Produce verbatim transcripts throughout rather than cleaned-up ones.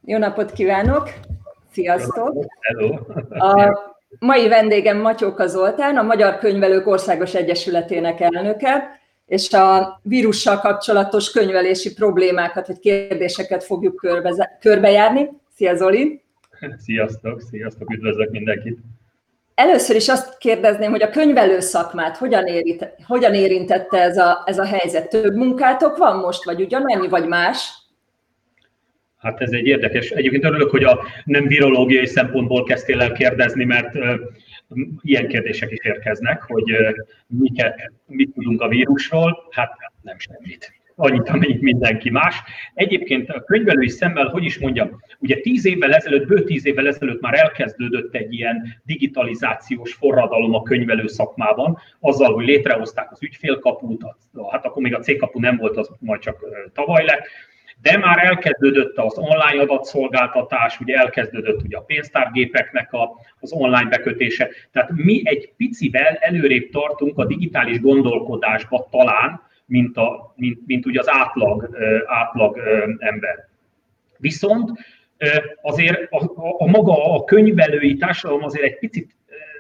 Jó napot kívánok! Sziasztok! Hello. A mai vendégem Matyóka Zoltán, a Magyar Könyvelők Országos Egyesületének elnöke, és a vírussal kapcsolatos könyvelési problémákat vagy kérdéseket fogjuk körbe, körbejárni. Szia Zoli! Sziasztok, sziasztok, üdvözlök mindenkit! Először is azt kérdezném, hogy a könyvelő szakmát hogyan, érít, hogyan érintette ez a, ez a helyzet? Több munkátok van most, vagy ugyanannyi, vagy más? Hát ez egy érdekes. Egyébként örülök, hogy a nem virológiai szempontból kezdtél el kérdezni, mert uh, ilyen kérdések is érkeznek, hogy uh, miket, mit tudunk a vírusról. Hát nem semmit. Annyit, amennyit mindenki más. Egyébként a könyvelői szemmel, hogy is mondjam, ugye tíz évvel ezelőtt, bő tíz évvel ezelőtt már elkezdődött egy ilyen digitalizációs forradalom a könyvelő szakmában, azzal, hogy létrehozták az ügyfélkaput, hát akkor még a cégkapu nem volt, az majd csak tavaly lett, de már elkezdődött az online adatszolgáltatás, ugye elkezdődött ugye a pénztárgépeknek a, az online bekötése. Tehát mi egy picivel előrébb tartunk a digitális gondolkodásba talán, mint, a, mint, mint ugye az átlag, átlag ember. Viszont azért a, a, a maga a könyvelői társadalom azért egy picit,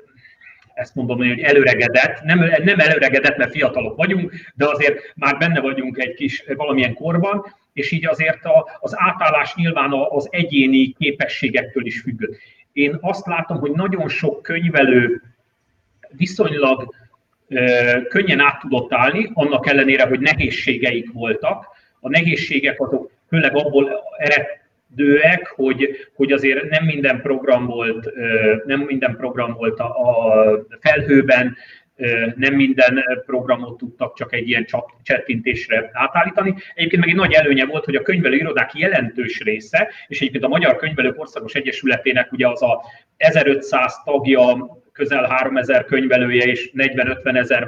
ezt mondom, hogy előregedett, nem, nem előregedett, mert fiatalok vagyunk, de azért már benne vagyunk egy kis valamilyen korban, és így azért az átállás nyilván az egyéni képességektől is függött. Én azt látom, hogy nagyon sok könyvelő viszonylag könnyen át tudott állni, annak ellenére, hogy nehézségeik voltak. A nehézségek azok főleg abból eredőek, hogy, hogy azért nem minden program volt, nem minden program volt a, a felhőben, nem minden programot tudtak csak egy ilyen csettintésre átállítani. Egyébként meg egy nagy előnye volt, hogy a könyvelőirodák jelentős része, és egyébként a Magyar Könyvelők Országos Egyesületének ugye az a ezerötszáz tagja, közel háromezer könyvelője és negyven-ötven ezer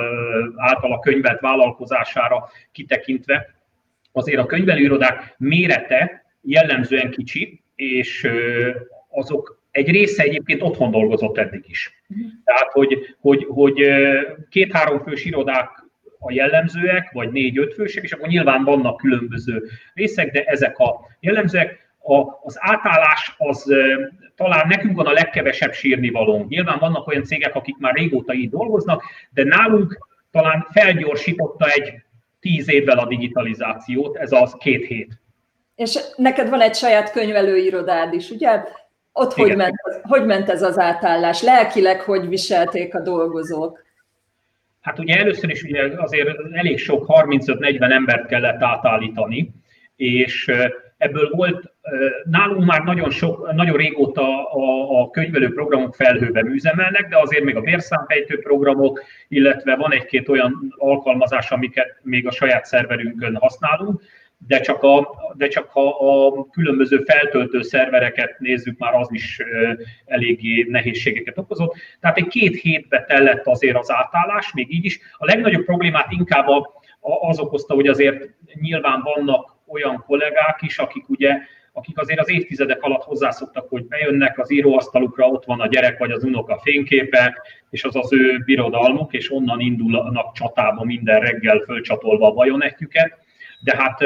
általa könyvelt vállalkozására kitekintve, azért a könyvelőirodák mérete jellemzően kicsi, és azok egy része egyébként otthon dolgozott eddig is. Tehát, hogy, hogy, hogy két-három fős irodák a jellemzőek, vagy négy-öt fősek, és akkor nyilván vannak különböző részek, de ezek a jellemzőek. A, az átállás az talán nekünk van a legkevesebb sírnivalónk. Nyilván vannak olyan cégek, akik már régóta így dolgoznak, de nálunk talán felgyorsította egy tíz évvel a digitalizációt, ez az két hét. És neked van egy saját könyvelőirodád is, ugye? Ott hogy ment, hogy ment ez az átállás? Lelkileg hogy viselték a dolgozók? Hát ugye először is ugye azért elég sok harmincöt-negyven embert kellett átállítani, és ebből volt, nálunk már nagyon, sok, nagyon régóta a, a könyvelő programok felhőben üzemelnek, de azért még a bérszámfejtő programok, illetve van egy-két olyan alkalmazás, amiket még a saját szerverünkön használunk, de csak, a, de csak ha a különböző feltöltő szervereket nézzük, már az is eléggé nehézségeket okozott. Tehát egy két hétbe tellett azért az átállás, még így is. A legnagyobb problémát inkább az okozta, hogy azért nyilván vannak olyan kollégák is, akik ugye, akik azért az évtizedek alatt hozzászoktak, hogy bejönnek az íróasztalukra, ott van a gyerek vagy az unoka fényképe, és az az ő birodalmuk, és onnan indulnak csatába minden reggel fölcsatolva a bajonettjüket. De hát,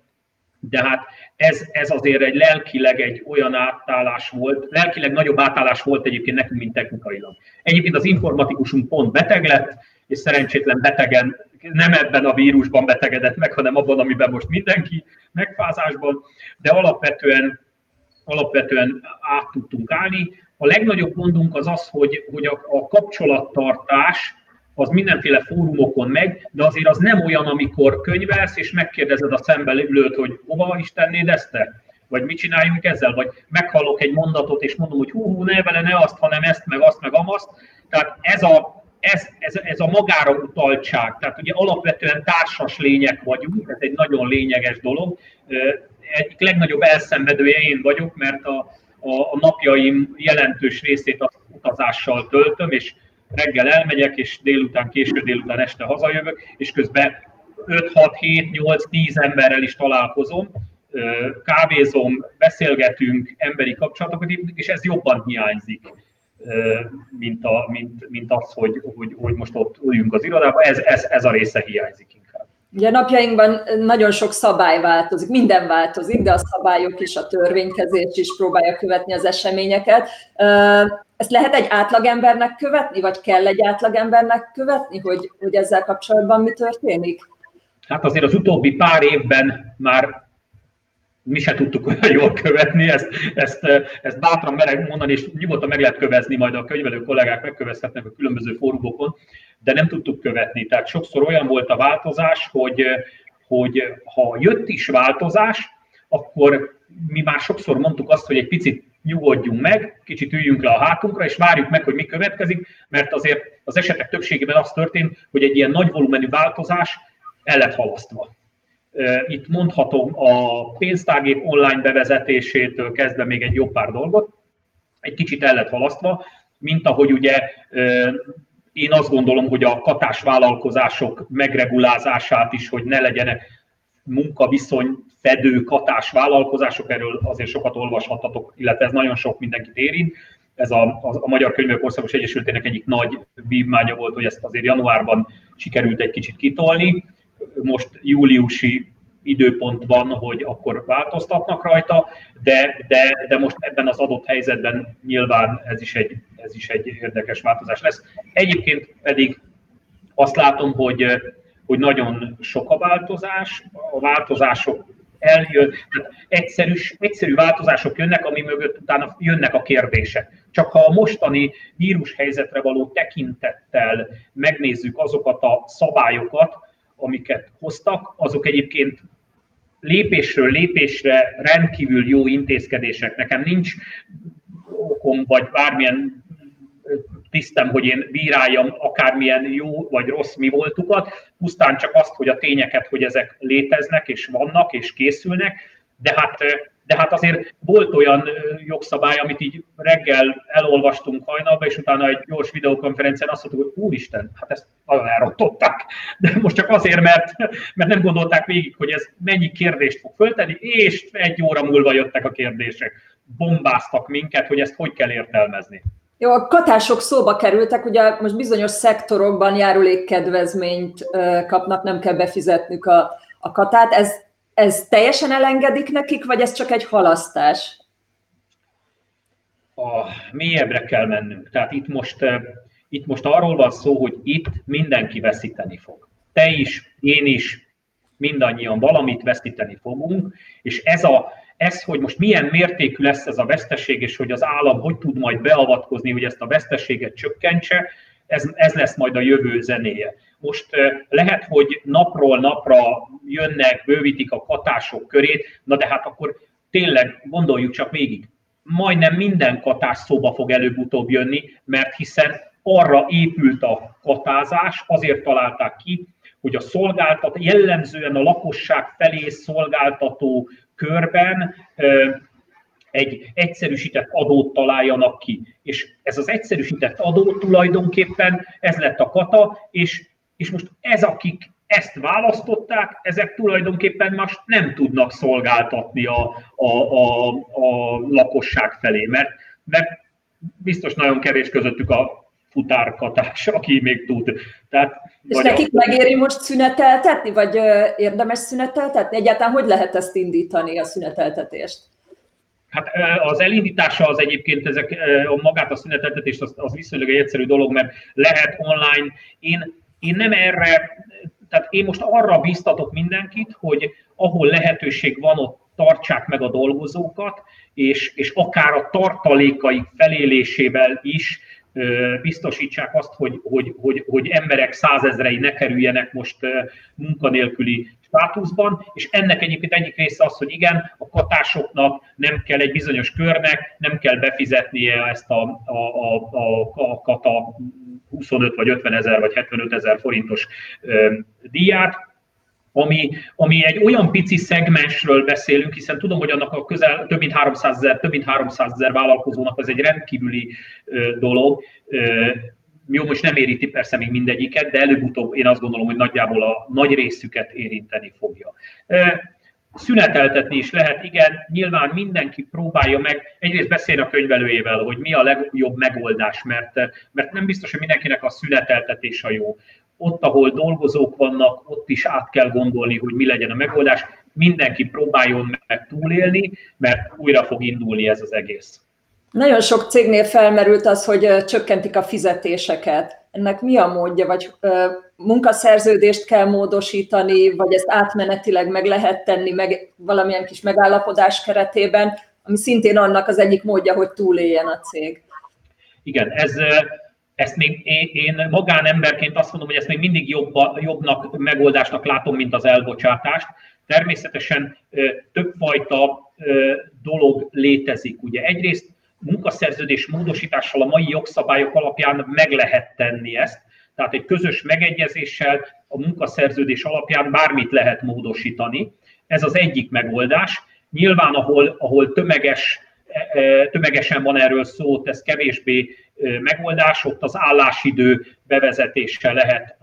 de hát ez, ez azért egy lelkileg egy olyan átállás volt, lelkileg nagyobb átállás volt egyébként nekünk, mint technikailag. Egyébként az informatikusunk pont beteg lett, és szerencsétlen betegen, nem ebben a vírusban betegedett meg, hanem abban, amiben most mindenki, megfázásban, de alapvetően, alapvetően át tudtunk állni. A legnagyobb gondunk az az, hogy, hogy a, a kapcsolattartás az mindenféle fórumokon megy, de azért az nem olyan, amikor könyvelsz, és megkérdezed a szemben ülőt, hogy hova is tennéd ezt te? Vagy mit csináljunk ezzel? Vagy meghallok egy mondatot, és mondom, hogy hú, hú, ne vele, ne azt, hanem ezt, meg azt, meg amazt. Tehát ez a, ez, ez, ez a magára utaltság. Tehát ugye alapvetően társas lények vagyunk, ez egy nagyon lényeges dolog. Egyik legnagyobb elszenvedője én vagyok, mert a, a, a napjaim jelentős részét az utazással töltöm, és reggel elmegyek, és délután, késő délután este hazajövök, és közben öt hat hét nyolc tíz emberrel is találkozom, kávézom, beszélgetünk, emberi kapcsolatokat, és ez jobban hiányzik, mint, a, mint, mint az, hogy, hogy, hogy most ott üljünk az irodában. Ez, ez, ez a része hiányzik inkább. Ugye napjainkban nagyon sok szabály változik, minden változik, de a szabályok is, a törvénykezés is próbálja követni az eseményeket. Ezt lehet egy átlagembernek követni, vagy kell egy átlagembernek követni, hogy, hogy ezzel kapcsolatban mi történik? Hát azért az utóbbi pár évben már mi se tudtuk olyan jól követni, ezt, ezt, ezt bátran merek mondani, és nyugodtan meg lehet kövezni, majd a könyvelő kollégák megkövezhetnek a különböző fórumokon, de nem tudtuk követni. Tehát sokszor olyan volt a változás, hogy, hogy ha jött is változás, akkor mi már sokszor mondtuk azt, hogy egy picit nyugodjunk meg, kicsit üljünk le a hátunkra, és várjuk meg, hogy mi következik, mert azért az esetek többségében az történt, hogy egy ilyen nagy volumenű változás el lett halasztva. Itt mondhatom a pénztárgép online bevezetésétől kezdve még egy jó pár dolgot, egy kicsit el lett halasztva, mint ahogy ugye én azt gondolom, hogy a katás vállalkozások megregulázását is, hogy ne legyenek munkaviszony fedő katás vállalkozások, erről azért sokat olvashattatok, illetve ez nagyon sok mindenkit érint. Ez a, a, a Magyar Könyvelők Országos Egyesületének egyik nagy vívmánya volt, hogy ezt azért januárban sikerült egy kicsit kitolni. Most júliusi időpont van, hogy akkor változtatnak rajta, de, de, de most ebben az adott helyzetben nyilván ez is, egy, ez is egy érdekes változás lesz. Egyébként pedig azt látom, hogy, hogy nagyon sok a változás, a változások eljön, tehát egyszerű, egyszerű változások jönnek, ami mögött utána jönnek a kérdések. Csak ha a mostani vírushelyzetre való tekintettel megnézzük azokat a szabályokat, amiket hoztak, azok egyébként lépésről lépésre rendkívül jó intézkedések. Nekem nincs okom, vagy bármilyen tisztem, hogy én bíráljam akármilyen jó vagy rossz mi voltukat, pusztán csak azt, hogy a tényeket, hogy ezek léteznek, és vannak, és készülnek, de hát, de hát azért volt olyan jogszabály, amit így reggel elolvastunk hajnalba, és utána egy gyors videokonferencián azt mondtuk, hogy úristen, hát ezt nagyon elrontották. De most csak azért, mert, mert nem gondolták végig, hogy ez mennyi kérdést fog föltenni, és egy óra múlva jöttek a kérdések. Bombáztak minket, hogy ezt hogy kell értelmezni. Jó, a katások szóba kerültek, ugye most bizonyos szektorokban járulékkedvezményt kapnak, nem kell befizetnünk a, a katát. Ez, ez teljesen elengedik nekik, vagy ez csak egy halasztás? A mélyebbre kell mennünk. Tehát itt most, itt most arról van szó, hogy itt mindenki veszíteni fog. Te is, én is, mindannyian valamit veszíteni fogunk, és ez a Ez, hogy most milyen mértékű lesz ez a veszteség, és hogy az állam hogy tud majd beavatkozni, hogy ezt a veszteséget csökkentse, ez, ez lesz majd a jövő zenéje. Most lehet, hogy napról napra jönnek, bővítik a katások körét, na de hát akkor tényleg gondoljuk csak végig. Majdnem minden katás szóba fog előbb-utóbb jönni, mert hiszen arra épült a katázás, azért találták ki, hogy a szolgáltató, jellemzően a lakosság felé szolgáltató körben egy egyszerűsített adót találjanak ki. És ez az egyszerűsített adó tulajdonképpen ez lett a kata, és, és most ez, akik ezt választották, ezek tulajdonképpen most nem tudnak szolgáltatni a, a, a, a lakosság felé, mert, mert biztos nagyon kevés közöttük a futárkatás, aki még tud. Tehát, és nekik a... megéri most szüneteltetni, vagy érdemes szüneteltetni? Egyáltalán hogy lehet ezt indítani, a szüneteltetést? Hát az elindítása az egyébként, ezek, magát a szüneteltetést az, az viszonylag egy egyszerű dolog, mert lehet online. Én, én nem erre, tehát én most arra bíztatok mindenkit, hogy ahol lehetőség van, ott tartsák meg a dolgozókat, és, és akár a tartalékaik felélésével is biztosítsák azt, hogy, hogy, hogy, hogy emberek százezrei ne kerüljenek most munkanélküli státuszban, és ennek egyébként egyik része az, hogy igen, a katásoknak nem kell egy bizonyos körnek, nem kell befizetnie ezt a, a, a, a, a kata huszonöt vagy ötven ezer vagy hetvenöt ezer forintos díját, Ami, ami egy olyan pici szegmensről beszélünk, hiszen tudom, hogy annak a közel több mint háromszázezer, több mint háromszázezer vállalkozónak ez egy rendkívüli ö, dolog. Ö, jó, most nem érinti persze még mindegyiket, de előbb-utóbb én azt gondolom, hogy nagyjából a nagy részüket érinteni fogja. Ö, szüneteltetni is lehet, igen, nyilván mindenki próbálja meg, egyrészt beszélni a könyvelőjével, hogy mi a legjobb megoldás, mert, mert nem biztos, hogy mindenkinek a szüneteltetés a jó. ott, ahol dolgozók vannak, ott is át kell gondolni, hogy mi legyen a megoldás. Mindenki próbáljon meg túlélni, mert újra fog indulni ez az egész. Nagyon sok cégnél felmerült az, hogy csökkentik a fizetéseket. Ennek mi a módja? Vagy munkaszerződést kell módosítani, vagy ezt átmenetileg meg lehet tenni meg valamilyen kis megállapodás keretében, ami szintén annak az egyik módja, hogy túléljen a cég. Igen, ez, ezt még én, én magánemberként azt mondom, hogy ezt még mindig jobb, jobbnak, megoldásnak látom, mint az elbocsátást. Természetesen többfajta dolog létezik. Ugye egyrészt munkaszerződés módosítással a mai jogszabályok alapján meg lehet tenni ezt, tehát egy közös megegyezéssel a munkaszerződés alapján bármit lehet módosítani. Ez az egyik megoldás. Nyilván, ahol, ahol tömeges, tömegesen van erről szó, ez kevésbé megoldás, ott az állásidő bevezetése lehet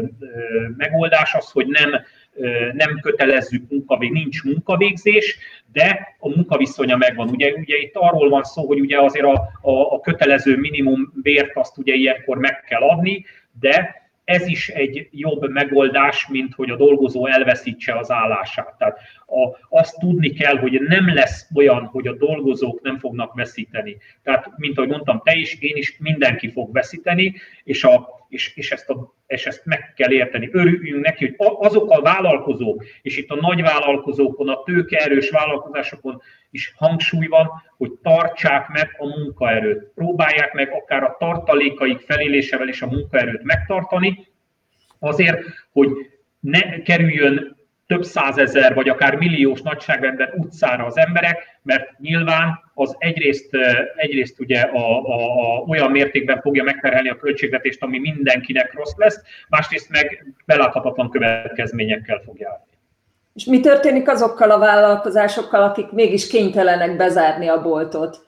megoldás, az, hogy nem, nem kötelezzük munkavég, nincs munkavégzés, de a munkaviszonya megvan. Ugye, ugye itt arról van szó, hogy ugye azért a, a, a kötelező minimum bért azt ugye ilyenkor meg kell adni, de ez is egy jobb megoldás, mint hogy a dolgozó elveszítse az állását. Tehát a, azt tudni kell, hogy nem lesz olyan, hogy a dolgozók nem fognak veszíteni. Tehát, mint ahogy mondtam, te is, én is, mindenki fog veszíteni, és, a, és, és, ezt, a, és ezt meg kell érteni. Örüljünk neki, hogy azok a vállalkozók, és itt a nagy vállalkozókon, a tőkeerős vállalkozásokon is hangsúly van, hogy tartsák meg a munkaerőt. Próbálják meg akár a tartalékaik felélésevel is a munkaerőt megtartani, azért, hogy ne kerüljön több százezer vagy akár milliós nagyságrendben utcára az emberek, mert nyilván az egyrészt, egyrészt ugye a, a, a, olyan mértékben fogja megterhelni a költségvetést, ami mindenkinek rossz lesz, másrészt meg beláthatatlan következményekkel fog járni. És mi történik azokkal a vállalkozásokkal, akik mégis kénytelenek bezárni a boltot?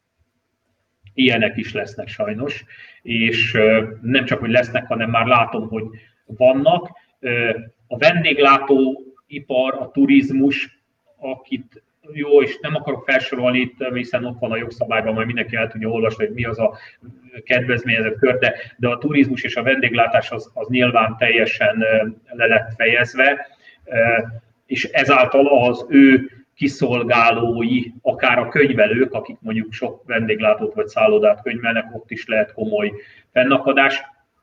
Ilyenek is lesznek sajnos, és nem csak, hogy lesznek, hanem már látom, hogy vannak. A vendéglátóipar, a turizmus, akit jó, és nem akarok felsorolni itt, hiszen ott van a jogszabályban, majd mindenki el tudja olvasni, hogy mi az a kedvezményezett kör, de, de a turizmus és a vendéglátás az, az nyilván teljesen le lett fejezve, és ezáltal az ő kiszolgálói, akár a könyvelők, akik mondjuk sok vendéglátót vagy szállodát könyvelnek, ott is lehet komoly fennakadás.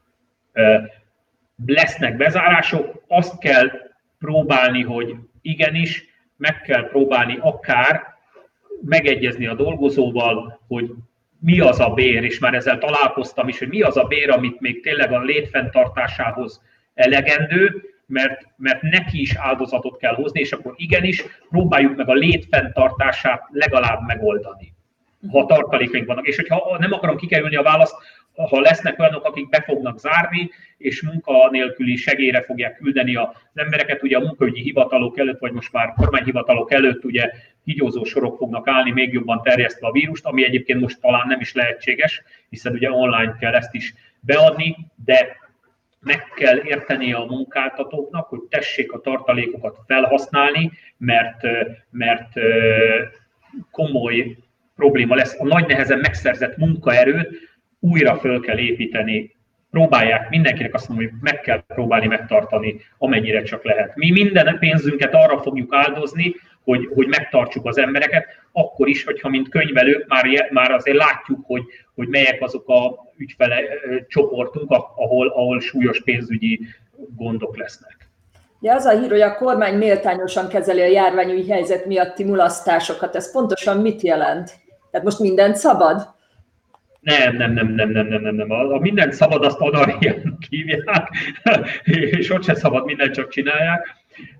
Lesznek bezárások, azt kell próbálni, hogy igenis, meg kell próbálni akár megegyezni a dolgozóval, hogy mi az a bér, és már ezzel találkoztam is, hogy mi az a bér, amit még tényleg a létfenntartásához elegendő, mert, mert neki is áldozatot kell hozni, és akkor igenis próbáljuk meg a létfenntartását legalább megoldani, ha tartalékaink vannak. És hogyha nem akarom kikerülni a választ, ha lesznek olyanok, akik be fognak zárni, és munkanélküli segélyre fogják küldeni az embereket, ugye a munkaügyi hivatalok előtt, vagy most már kormányhivatalok előtt ugye kígyózó sorok fognak állni, még jobban terjesztve a vírust, ami egyébként most talán nem is lehetséges, hiszen ugye online kell ezt is beadni, de meg kell érteni a munkáltatóknak, hogy tessék a tartalékokat felhasználni, mert, mert komoly probléma lesz. A nagy nehezen megszerzett munkaerőt újra föl kell építeni. Próbálják, mindenkinek azt mondom, hogy meg kell próbálni megtartani, amennyire csak lehet. Mi minden pénzünket arra fogjuk áldozni, hogy, hogy megtartsuk az embereket, akkor is, hogyha mint könyvelők már, már azért látjuk, hogy, hogy melyek azok a ügyfele csoportunk, ahol, ahol súlyos pénzügyi gondok lesznek. Ja, az a hír, hogy a kormány méltányosan kezeli a járványügyi helyzet miatti mulasztásokat. Ez pontosan mit jelent? Tehát most mindent szabad? Nem, nem, nem, nem, nem, nem, nem, nem. A mindent szabad, azt anarchiának hívják, és ott se szabad, mindent csak csinálják.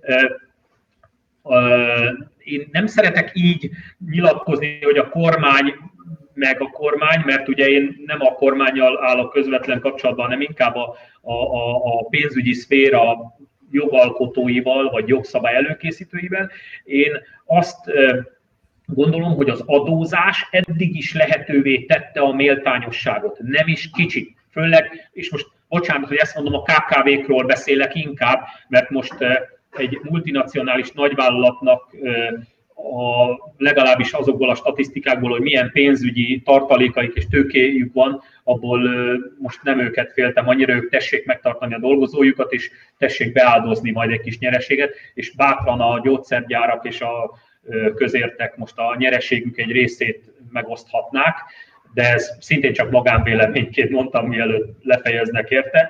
Én nem szeretek így nyilatkozni, hogy a kormány meg a kormány, mert ugye én nem a kormánnyal állok közvetlen kapcsolatban, hanem inkább a, a, a pénzügyi szféra jogalkotóival, vagy jogszabály előkészítőivel. Én azt gondolom, hogy az adózás eddig is lehetővé tette a méltányosságot, nem is kicsit. Főleg, és most bocsánat, hogy ezt mondom, a ká ká vékról beszélek inkább, mert most egy multinacionális nagyvállalatnak a, legalábbis azokból a statisztikákból, hogy milyen pénzügyi tartalékaik és tőkéjük van, abból most nem őket féltem annyira, ők tessék megtartani a dolgozójukat, és tessék beáldozni majd egy kis nyereséget, és bátran a gyógyszergyárak és a közértek most a nyereségük egy részét megoszthatnák, de ez szintén csak magánvéleményként mondtam, mielőtt lefejeznek érte.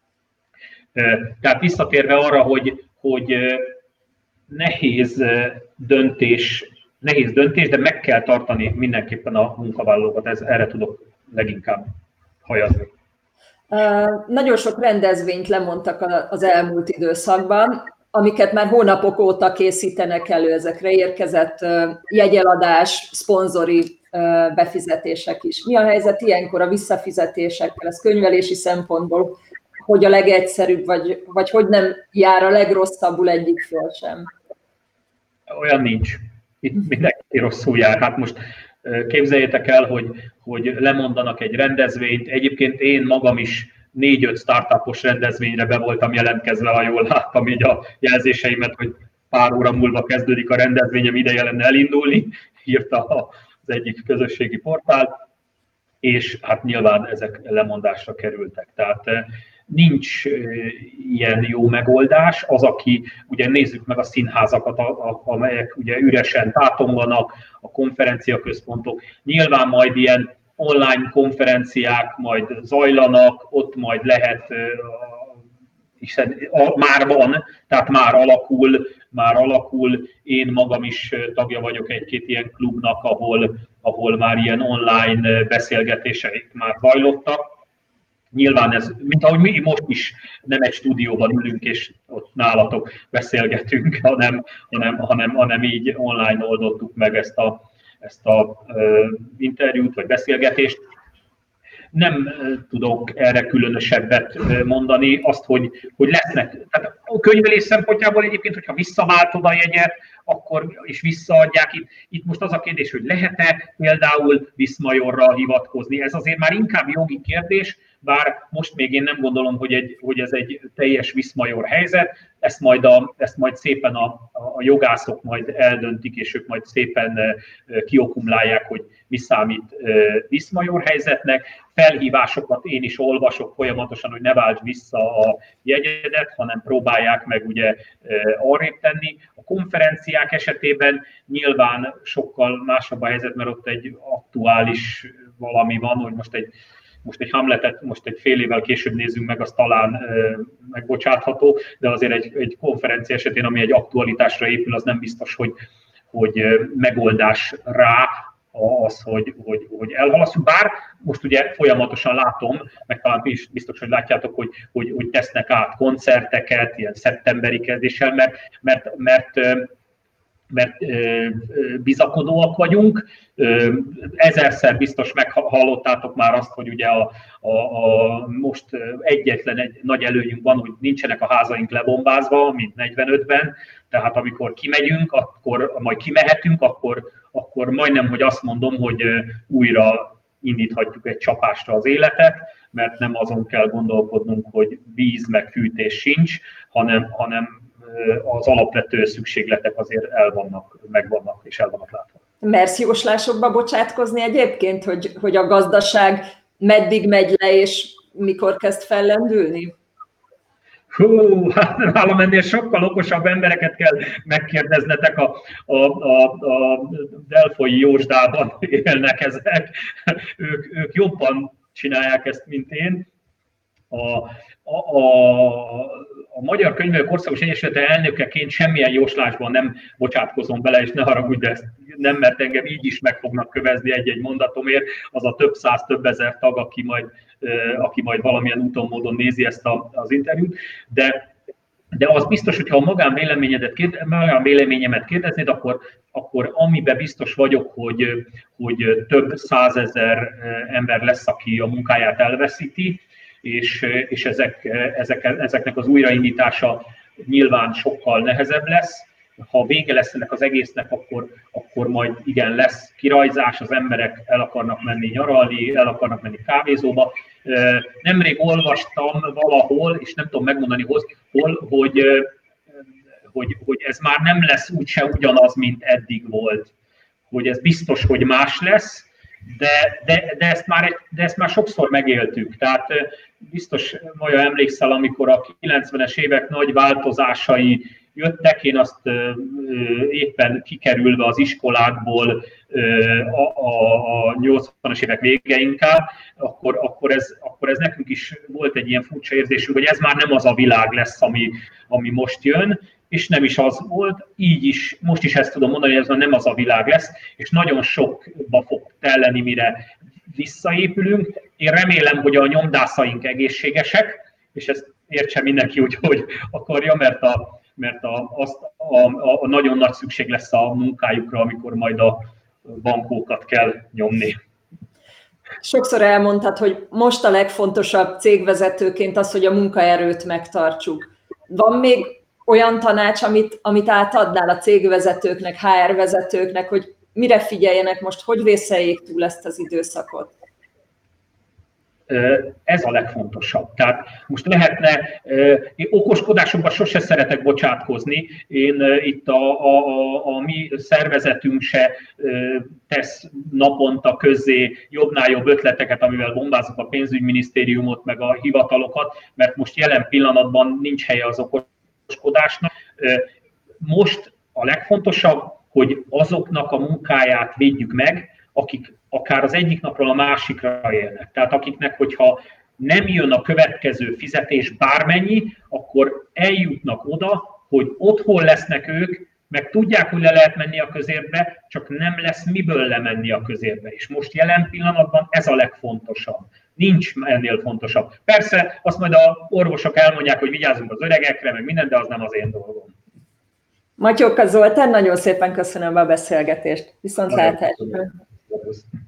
Tehát visszatérve arra, hogy, hogy nehéz döntés, nehéz döntés, de meg kell tartani mindenképpen a munkavállalókat, ez, erre tudok leginkább hajazni. Uh, nagyon sok rendezvényt lemondtak az elmúlt időszakban, amiket már hónapok óta készítenek elő, ezekre érkezett uh, jegyeladás, szponzori uh, befizetések is. Mi a helyzet ilyenkor a visszafizetésekkel, ez könyvelési szempontból, hogy a legegyszerűbb, vagy, vagy hogy nem jár a legrosszabbul egyik fél sem? Olyan nincs. Itt mindenki rosszul jár. Hát most képzeljétek el, hogy, hogy lemondanak egy rendezvényt. Egyébként én magam is négy-öt startupos rendezvényre be voltam jelentkezve, ha jól láttam így a jelzéseimet, hogy pár óra múlva kezdődik a rendezvényem, ideje lenne elindulni, írta az egyik közösségi portál, és hát nyilván ezek lemondásra kerültek. Tehát nincs ilyen jó megoldás. Az, aki, ugye nézzük meg a színházakat, amelyek ugye üresen tátonganak, a konferenciaközpontok, nyilván majd ilyen online konferenciák majd zajlanak, ott majd lehet, hiszen már van, tehát már alakul, már alakul. Én magam is tagja vagyok egy-két ilyen klubnak, ahol, ahol már ilyen online beszélgetések már zajlottak. Nyilván ez, mint ahogy mi most is nem egy stúdióban ülünk, és ott nálatok beszélgetünk, hanem, hanem, hanem, hanem így online oldottuk meg ezt a, ezt a uh, interjút vagy beszélgetést. Nem uh, tudok erre különösebbet uh, mondani, azt, hogy, hogy lesznek. Tehát a könyvelés szempontjából egyébként, hogyha visszaváltod a jegyet, akkor is visszaadják. Itt, itt most az a kérdés, hogy lehet-e például Viszmajorra hivatkozni. Ez azért már inkább jogi kérdés, bár most még én nem gondolom, hogy, egy, hogy ez egy teljes Viszmajor helyzet, ezt majd, a, ezt majd szépen a, a jogászok majd eldöntik, és ők majd szépen kiokumlálják, hogy mi számít Viszmajor helyzetnek. Felhívásokat én is olvasok folyamatosan, hogy ne váltsd vissza a jegyedet, hanem próbálják meg ugye arrébb tenni. A konferenciák esetében nyilván sokkal másabb a helyzet, mert ott egy aktuális valami van, hogy most egy Most egy Hamletet, most egy fél évvel később nézzünk meg, az talán e, megbocsátható, de azért egy, egy konferencia esetén, ami egy aktualitásra épül, az nem biztos, hogy, hogy megoldás rá az, hogy, hogy, hogy elhalasszuk. Bár most ugye folyamatosan látom, meg talán is biztos, hogy látjátok, hogy, hogy, hogy tesznek át koncerteket, ilyen szeptemberi kezdéssel, mert, mert, mert mert bizakodóak vagyunk. Ezerszer biztos meghallottátok már azt, hogy ugye a, a, a most egyetlen egy nagy előnyünk van, hogy nincsenek a házaink lebombázva, mint negyvenötben, tehát amikor kimegyünk, akkor majd kimehetünk, akkor, akkor majdnem, hogy azt mondom, hogy újra indíthatjuk egy csapásra az életet, mert nem azon kell gondolkodnunk, hogy víz meg fűtés sincs, hanem, hanem az alapvető szükségletek azért el vannak, megvannak és el vannak látva. Mersz jóslásokba bocsátkozni egyébként, hogy, hogy a gazdaság meddig megy le, és mikor kezd fellendülni? Hú, hát nálam ennél sokkal okosabb embereket kell megkérdeznetek, a, a, a, a Delfoi Jósdában élnek ezek, ők, ők jobban csinálják ezt, mint én. A, A, a, a Magyar Könyvelők Országos Egyesülete elnökeként semmilyen jóslásban nem bocsátkozom bele, és ne haragudj, de ezt nem, mert engem így is meg fognak kövezni egy-egy mondatomért, az a több száz, több ezer tag, aki majd, aki majd valamilyen úton, módon nézi ezt a, az interjút, de, de az biztos, hogyha a magánvéleményedet, magánvéleményemet kérdeznéd, akkor, akkor amiben biztos vagyok, hogy, hogy több százezer ember lesz, aki a munkáját elveszíti, és, és ezek, ezek, ezeknek az újraindítása nyilván sokkal nehezebb lesz. Ha vége lesz ennek az egésznek, akkor, akkor majd igen, lesz kirajzás, az emberek el akarnak menni nyaralni, el akarnak menni kávézóba. Nemrég olvastam valahol, és nem tudom megmondani hol, hogy, hogy, hogy ez már nem lesz úgyse ugyanaz, mint eddig volt. Hogy ez biztos, hogy más lesz, de, de, de, ezt, már, de ezt már sokszor megéltük. Tehát biztos olyan emlékszel, amikor a kilencvenes évek nagy változásai jöttek, én azt éppen kikerülve az iskolákból a, a, a nyolcvanas évek vége inkább, akkor, akkor, ez, akkor ez nekünk is volt egy ilyen furcsa érzésünk, hogy ez már nem az a világ lesz, ami, ami most jön, és nem is az volt, így is, most is ezt tudom mondani, hogy ez nem az a világ lesz, és nagyon sokba fog telleni, mire visszaépülünk. Én remélem, hogy a nyomdászaink egészségesek, és ezt értse mindenki úgy, hogy akarja, mert a mert a, azt, a, a, a nagyon nagy szükség lesz a munkájukra, amikor majd a bankókat kell nyomni. Sokszor elmondtad, hogy most a legfontosabb cégvezetőként az, hogy a munkaerőt megtartsuk. Van még olyan tanács, amit, amit átadnál a cégvezetőknek, há er vezetőknek, hogy mire figyeljenek most, hogy vészeljék túl ezt az időszakot? Ez a legfontosabb. Tehát most lehetne, én okoskodásokban sose szeretek bocsátkozni, én itt a, a, a, a mi szervezetünk se tesz naponta közzé jobbnál jobb ötleteket, amivel bombázunk a pénzügyminisztériumot, meg a hivatalokat, mert most jelen pillanatban nincs helye az okoskodásnak. Most a legfontosabb, hogy azoknak a munkáját védjük meg, akik akár az egyik napról a másikra élnek. Tehát akiknek, hogyha nem jön a következő fizetés bármennyi, akkor eljutnak oda, hogy otthon lesznek ők, meg tudják, hogy le lehet menni a közérbe, csak nem lesz miből lemenni a közérbe. És most jelen pillanatban ez a legfontosabb. Nincs ennél fontosabb. Persze azt majd a orvosok elmondják, hogy vigyázzunk az öregekre, meg minden, de az nem az én dolgom. Mattyóka Zoltán, nagyon szépen köszönöm a beszélgetést. Viszontlátásra!